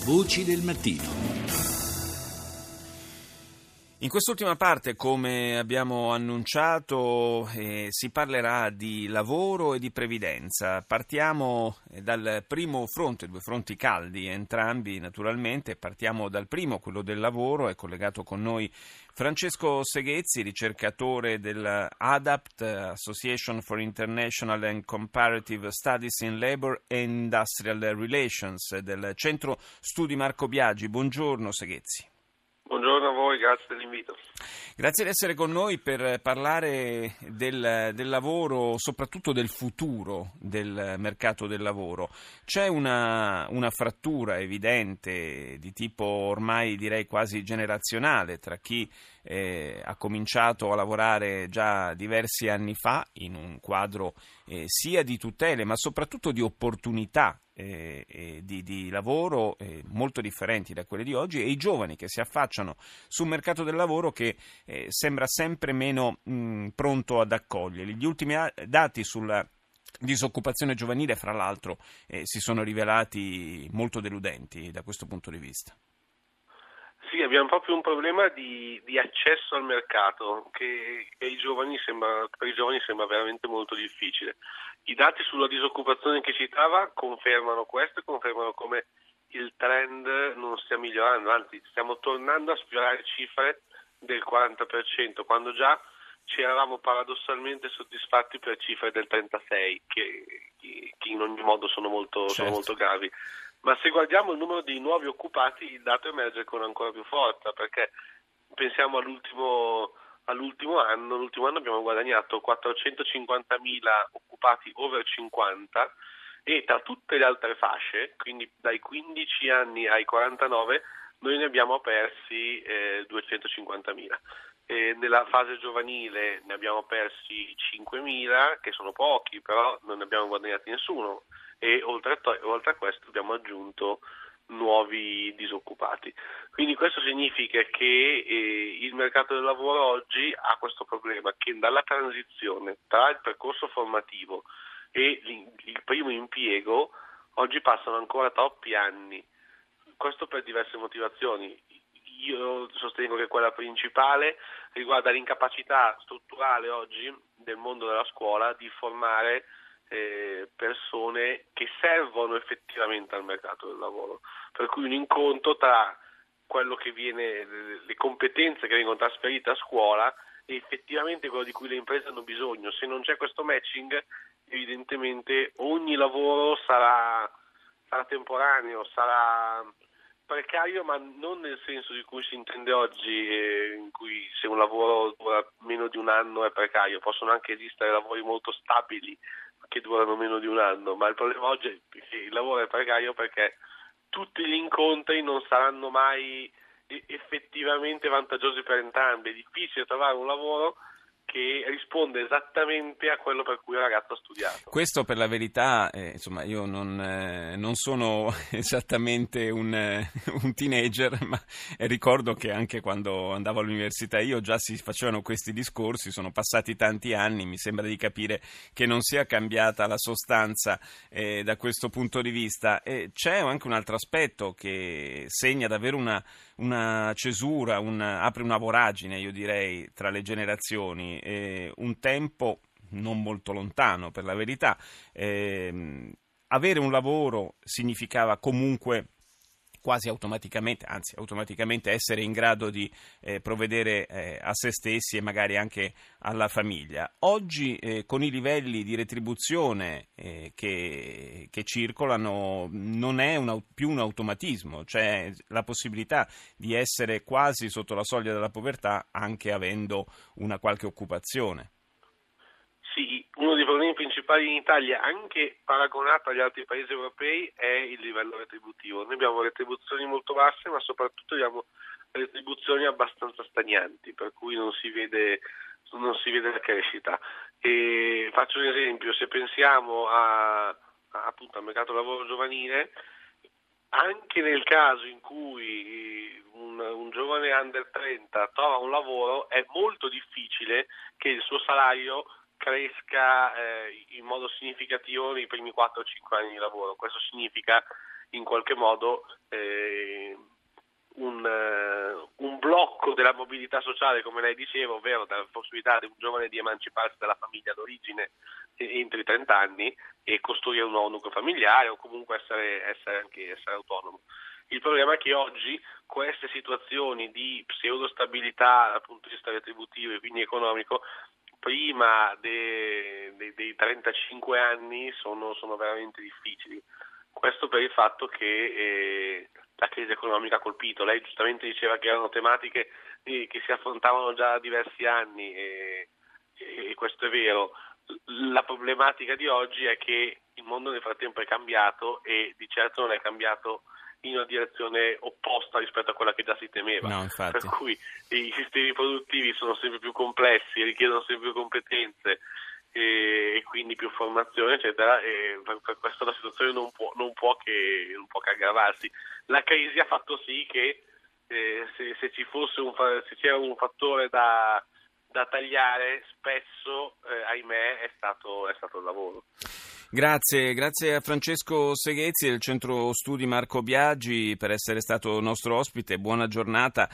Voci del mattino. In quest'ultima parte, come abbiamo annunciato, si parlerà di lavoro e di previdenza. Partiamo dal primo fronte, due fronti caldi entrambi naturalmente. Partiamo dal primo, quello del lavoro. È collegato con noi Francesco Seghezzi, ricercatore dell'ADAPT, Association for International and Comparative Studies in Labor and Industrial Relations, del Centro Studi Marco Biagi. Buongiorno Seghezzi. Buongiorno a voi, grazie dell'invito. Grazie di essere con noi per parlare del lavoro, soprattutto del futuro del mercato del lavoro. C'è una frattura evidente di tipo ormai direi quasi generazionale tra chi ha cominciato a lavorare già diversi anni fa in un quadro sia di tutele ma soprattutto di opportunità di lavoro molto differenti da quelle di oggi, e i giovani che si affacciano sul mercato del lavoro che sembra sempre meno pronto ad accoglierli. Gli ultimi dati sulla disoccupazione giovanile, fra l'altro, si sono rivelati molto deludenti da questo punto di vista. Sì, abbiamo proprio un problema di accesso al mercato che per i giovani sembra veramente molto difficile. I dati sulla disoccupazione che citava confermano questo e confermano come il trend non stia migliorando, anzi stiamo tornando a sfiorare cifre del 40%, quando già ci eravamo paradossalmente soddisfatti per cifre del 36%, che in ogni modo sono molto gravi. Ma se guardiamo il numero di nuovi occupati, il dato emerge con ancora più forza, perché pensiamo all'ultimo anno. L'ultimo anno abbiamo guadagnato 450.000 occupati over 50, e tra tutte le altre fasce, quindi dai 15 anni ai 49, noi ne abbiamo persi 250.000. Nella fase giovanile ne abbiamo persi 5.000, che sono pochi, però non ne abbiamo guadagnati nessuno, e oltre a questo abbiamo aggiunto nuovi disoccupati. Quindi questo significa che il mercato del lavoro oggi ha questo problema, che dalla transizione tra il percorso formativo e il primo impiego oggi passano ancora troppi anni. Questo per diverse motivazioni. Io sostengo che quella principale riguarda l'incapacità strutturale oggi del mondo della scuola di formare persone che servono effettivamente al mercato del lavoro, per cui un incontro tra quello che viene, le competenze che vengono trasferite a scuola e effettivamente quello di cui le imprese hanno bisogno. Se non c'è questo matching, evidentemente ogni lavoro sarà temporaneo, sarà precario, ma non nel senso di cui si intende oggi, in cui se un lavoro dura meno di un anno è precario. Possono anche esistere lavori molto stabili che durano meno di un anno, ma il problema oggi è che il lavoro è precario perché tutti gli incontri non saranno mai effettivamente vantaggiosi per entrambi. È difficile trovare un lavoro che risponde esattamente a quello per cui il ragazzo ha studiato. Questo per la verità, insomma, io non sono esattamente un teenager, ma ricordo che anche quando andavo all'università io già si facevano questi discorsi, sono passati tanti anni, mi sembra di capire che non sia cambiata la sostanza da questo punto di vista. C'è anche un altro aspetto che segna davvero una cesura, apre una voragine, io direi, tra le generazioni. Un tempo non molto lontano, per la verità, avere un lavoro significava comunque quasi automaticamente, anzi automaticamente essere in grado di provvedere a se stessi e magari anche alla famiglia. Oggi con i livelli di retribuzione che circolano non è più un automatismo, c'è la possibilità di essere quasi sotto la soglia della povertà anche avendo una qualche occupazione. Sì, uno dei problemi principali in Italia, anche paragonato agli altri paesi europei, è il livello retributivo. Noi abbiamo retribuzioni molto basse, ma soprattutto abbiamo retribuzioni abbastanza stagnanti, per cui non si vede la crescita. E faccio un esempio: se pensiamo appunto al mercato del lavoro giovanile, anche nel caso in cui un giovane under 30 trova un lavoro, è molto difficile che il suo salario cresca in modo significativo nei primi 4-5 anni di lavoro. Questo significa in qualche modo un blocco della mobilità sociale, come lei diceva, ovvero dalla possibilità di un giovane di emanciparsi dalla famiglia d'origine entro i 30 anni e costruire un nuovo nucleo familiare o comunque essere autonomo. Il problema è che oggi queste situazioni di pseudostabilità dal punto di vista retributivo e quindi economico prima dei 35 anni sono veramente difficili. Questo per il fatto che la crisi economica ha colpito. Lei giustamente diceva che erano tematiche che si affrontavano già da diversi anni e questo è vero. La problematica di oggi è che il mondo nel frattempo è cambiato e di certo non è cambiato in una direzione opposta rispetto a quella che già si temeva. No, infatti. Per cui i sistemi produttivi sono sempre più complessi, richiedono sempre più competenze e quindi più formazione, eccetera, e per questo la situazione non può che aggravarsi. La crisi ha fatto sì che se c'era un fattore da tagliare, spesso ahimè è stato il lavoro. Grazie a Francesco Seghezzi del Centro Studi Marco Biagi per essere stato nostro ospite, buona giornata.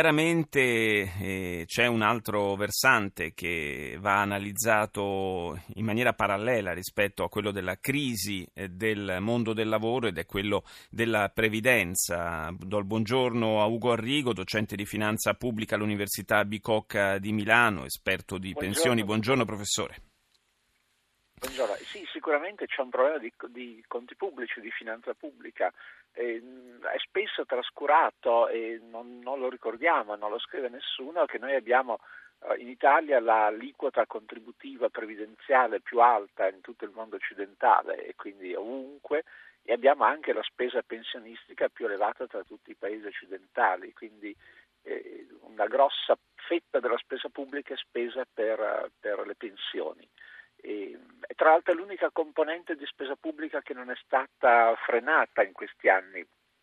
Chiaramente c'è un altro versante che va analizzato in maniera parallela rispetto a quello della crisi del mondo del lavoro ed è quello della previdenza. Do il buongiorno a Ugo Arrigo, docente di finanza pubblica all'Università Bicocca di Milano, esperto di pensioni. Buongiorno professore. Buongiorno. Sì, sicuramente c'è un problema di conti pubblici, di finanza pubblica, è spesso trascurato e non lo ricordiamo, non lo scrive nessuno, che noi abbiamo in Italia l'aliquota contributiva previdenziale più alta in tutto il mondo occidentale e quindi ovunque, e abbiamo anche la spesa pensionistica più elevata tra tutti i paesi occidentali, quindi una grossa fetta della spesa pubblica è spesa per le pensioni. E tra l'altro è l'unica componente di spesa pubblica che non è stata frenata in questi anni,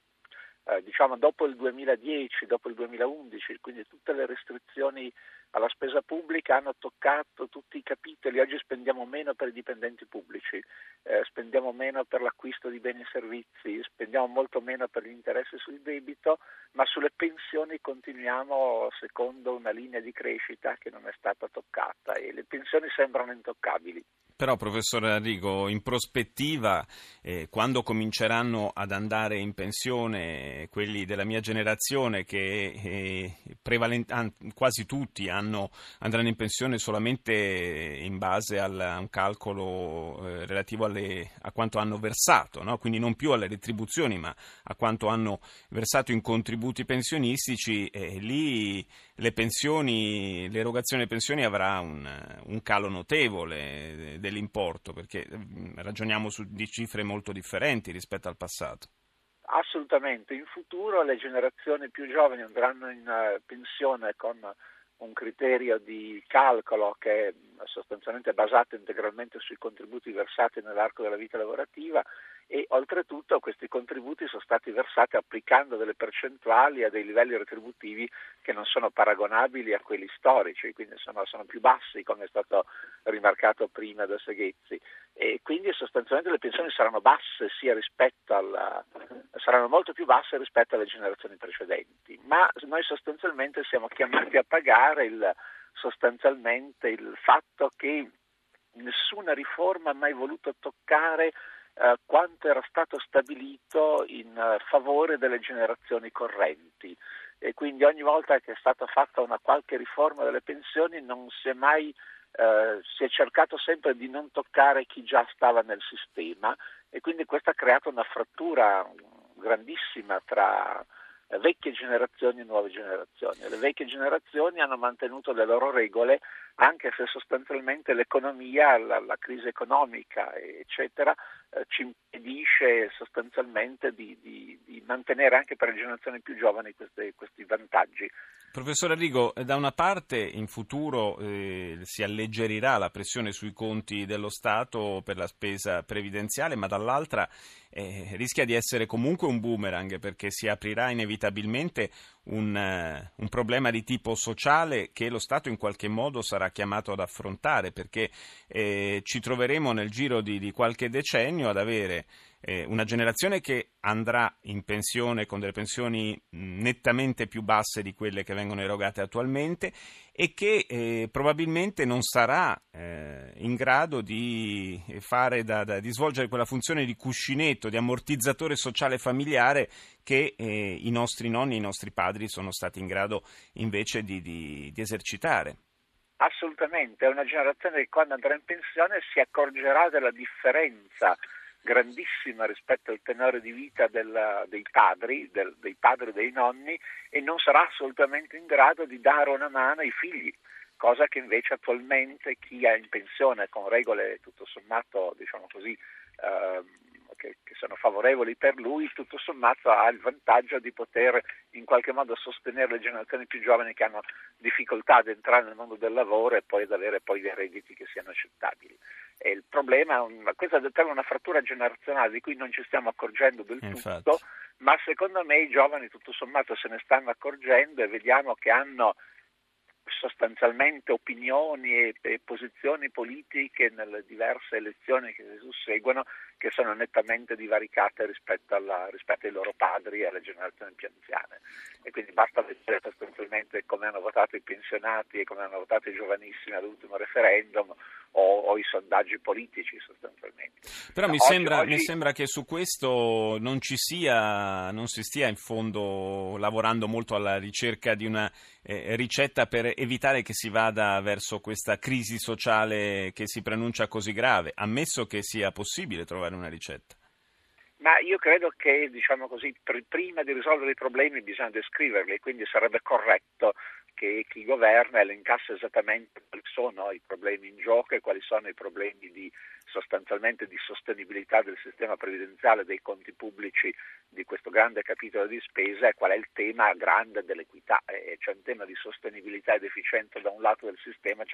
dopo il 2010, dopo il 2011, quindi tutte le restrizioni alla spesa pubblica hanno toccato tutti i capitoli. Oggi spendiamo meno per i dipendenti pubblici, spendiamo meno per l'acquisto di beni e servizi, spendiamo molto meno per gli interessi sul debito, ma sulle pensioni continuiamo secondo una linea di crescita che non è stata toccata e le pensioni sembrano intoccabili. Però, professor Arrigo, in prospettiva, quando cominceranno ad andare in pensione quelli della mia generazione, che quasi tutti andranno in pensione solamente in base a un calcolo relativo a quanto hanno versato, no? Quindi non più alle retribuzioni, ma a quanto hanno versato in contributi pensionistici, lì l'erogazione delle pensioni avrà un calo notevole dell'importo, perché ragioniamo di cifre molto differenti rispetto al passato. Assolutamente, in futuro le generazioni più giovani andranno in pensione con un criterio di calcolo che è sostanzialmente basato integralmente sui contributi versati nell'arco della vita lavorativa e oltretutto questi contributi sono stati versati applicando delle percentuali a dei livelli retributivi che non sono paragonabili a quelli storici, quindi sono più bassi, come è stato rimarcato prima da Seghezzi, e quindi sostanzialmente le pensioni saranno basse saranno molto più basse rispetto alle generazioni precedenti, ma noi sostanzialmente siamo chiamati a pagare sostanzialmente il fatto che nessuna riforma ha mai voluto toccare quanto era stato stabilito in favore delle generazioni correnti e quindi ogni volta che è stata fatta una qualche riforma delle pensioni non si è cercato sempre di non toccare chi già stava nel sistema e quindi questo ha creato una frattura grandissima tra vecchie generazioni e nuove generazioni. Le vecchie generazioni hanno mantenuto le loro regole anche se sostanzialmente l'economia, la crisi economica eccetera ci impedisce sostanzialmente di mantenere anche per le generazioni più giovani questi vantaggi. Professore Arrigo, da una parte in futuro si alleggerirà la pressione sui conti dello Stato per la spesa previdenziale, ma dall'altra rischia di essere comunque un boomerang perché si aprirà inevitabilmente un problema di tipo sociale che lo Stato in qualche modo sarà chiamato ad affrontare perché ci troveremo nel giro di qualche decennio ad avere una generazione che andrà in pensione con delle pensioni nettamente più basse di quelle che vengono erogate attualmente e che probabilmente non sarà in grado di fare di svolgere quella funzione di cuscinetto, di ammortizzatore sociale familiare che i nostri nonni e i nostri padri sono stati in grado invece di esercitare. Assolutamente, è una generazione che quando andrà in pensione si accorgerà della differenza grandissima rispetto al tenore di vita dei padri e dei nonni, e non sarà assolutamente in grado di dare una mano ai figli, cosa che invece attualmente chi è in pensione con regole tutto sommato, diciamo così, che sono favorevoli per lui, tutto sommato ha il vantaggio di poter in qualche modo sostenere le generazioni più giovani che hanno difficoltà ad entrare nel mondo del lavoro e poi ad avere poi dei redditi che siano accettabili. E il problema, questa determina una frattura generazionale di cui non ci stiamo accorgendo del tutto, ma secondo me i giovani tutto sommato se ne stanno accorgendo e vediamo che hanno sostanzialmente opinioni e posizioni politiche nelle diverse elezioni che si susseguono che sono nettamente divaricate rispetto ai loro padri e alle generazioni più anziane, e quindi basta vedere sostanzialmente come hanno votato i pensionati e come hanno votato i giovanissimi all'ultimo referendum o i sondaggi politici sostanzialmente. Però mi sembra che su questo non si stia in fondo lavorando molto alla ricerca di una ricetta per evitare che si vada verso questa crisi sociale che si preannuncia così grave, ammesso che sia possibile trovare una ricetta. Ma io credo che, diciamo così, prima di risolvere i problemi bisogna descriverli, quindi sarebbe corretto che chi governa elencasse esattamente quali sono i problemi in gioco e quali sono i problemi sostanzialmente di sostenibilità del sistema previdenziale, dei conti pubblici, di questo grande capitolo di spesa, e qual è il tema grande dell'equità. C'è un tema di sostenibilità ed efficienza da un lato del sistema,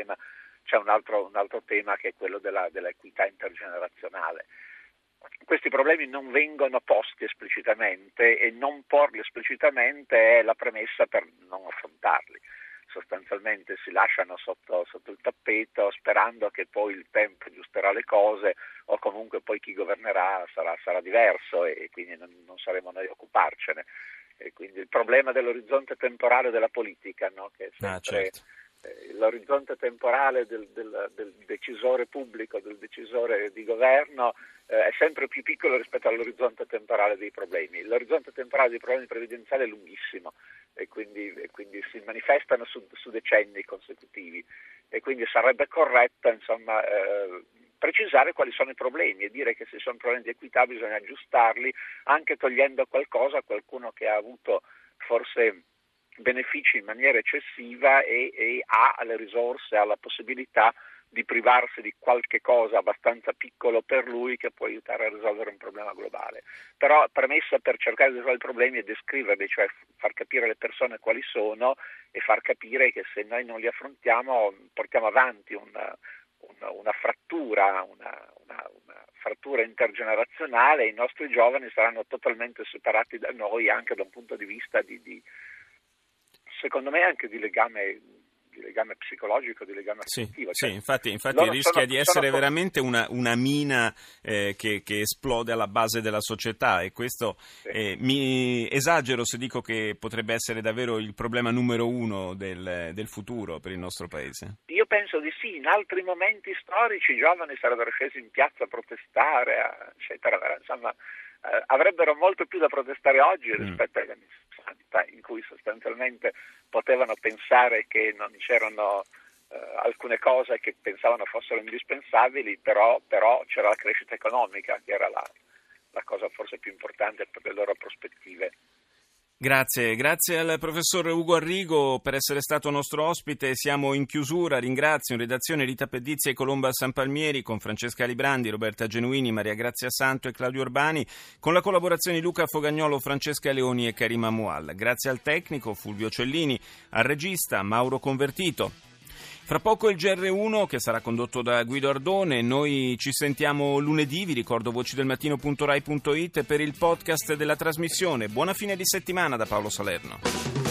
c'è un altro tema che è quello dell'equità intergenerazionale. Questi problemi non vengono posti esplicitamente e non porli esplicitamente è la premessa per non affrontarli. Sostanzialmente si lasciano sotto il tappeto sperando che poi il tempo aggiusterà le cose o comunque poi chi governerà sarà diverso e quindi non saremo noi a occuparcene. E quindi il problema dell'orizzonte temporale della politica, no? Che è sempre l'orizzonte temporale del decisore pubblico, del decisore di governo è sempre più piccolo rispetto all'orizzonte temporale dei problemi. L'orizzonte temporale dei problemi previdenziali è lunghissimo e quindi si manifestano su decenni consecutivi, e quindi sarebbe corretto precisare quali sono i problemi e dire che se sono problemi di equità bisogna aggiustarli, anche togliendo qualcosa a qualcuno che ha avuto forse benefici in maniera eccessiva e ha le risorse, ha la possibilità di privarsi di qualche cosa abbastanza piccolo per lui che può aiutare a risolvere un problema globale. Però premessa per cercare di risolvere i problemi è descriverli, cioè far capire alle persone quali sono e far capire che se noi non li affrontiamo portiamo avanti una frattura, una frattura intergenerazionale, e i nostri giovani saranno totalmente separati da noi anche da un punto di vista secondo me anche di legame psicologico, di legame affettivo. Sì, infatti rischia di essere veramente una mina che esplode alla base della società, e questo mi esagero se dico che potrebbe essere davvero il problema numero uno del futuro per il nostro paese. Io penso di sì. In altri momenti storici i giovani sarebbero scesi in piazza a protestare, eccetera, insomma avrebbero molto più da protestare oggi rispetto agli anni 60, in cui sostanzialmente potevano pensare che non c'erano alcune cose che pensavano fossero indispensabili, però c'era la crescita economica che era la cosa forse più importante per le loro prospettive. Grazie al professor Ugo Arrigo per essere stato nostro ospite. Siamo in chiusura. Ringrazio in redazione Rita Pedizzi e Colomba Sanpalmieri, con Francesca Librandi, Roberta Genuini, Maria Grazia Santo e Claudio Urbani, con la collaborazione di Luca Fogagnolo, Francesca Leoni e Karima Mual. Grazie al tecnico Fulvio Cellini, al regista Mauro Convertito. Fra poco il GR1 che sarà condotto da Guido Ardone. Noi ci sentiamo lunedì, vi ricordo vocidelmattino.rai.it per il podcast della trasmissione. Buona fine di settimana da Paolo Salerno.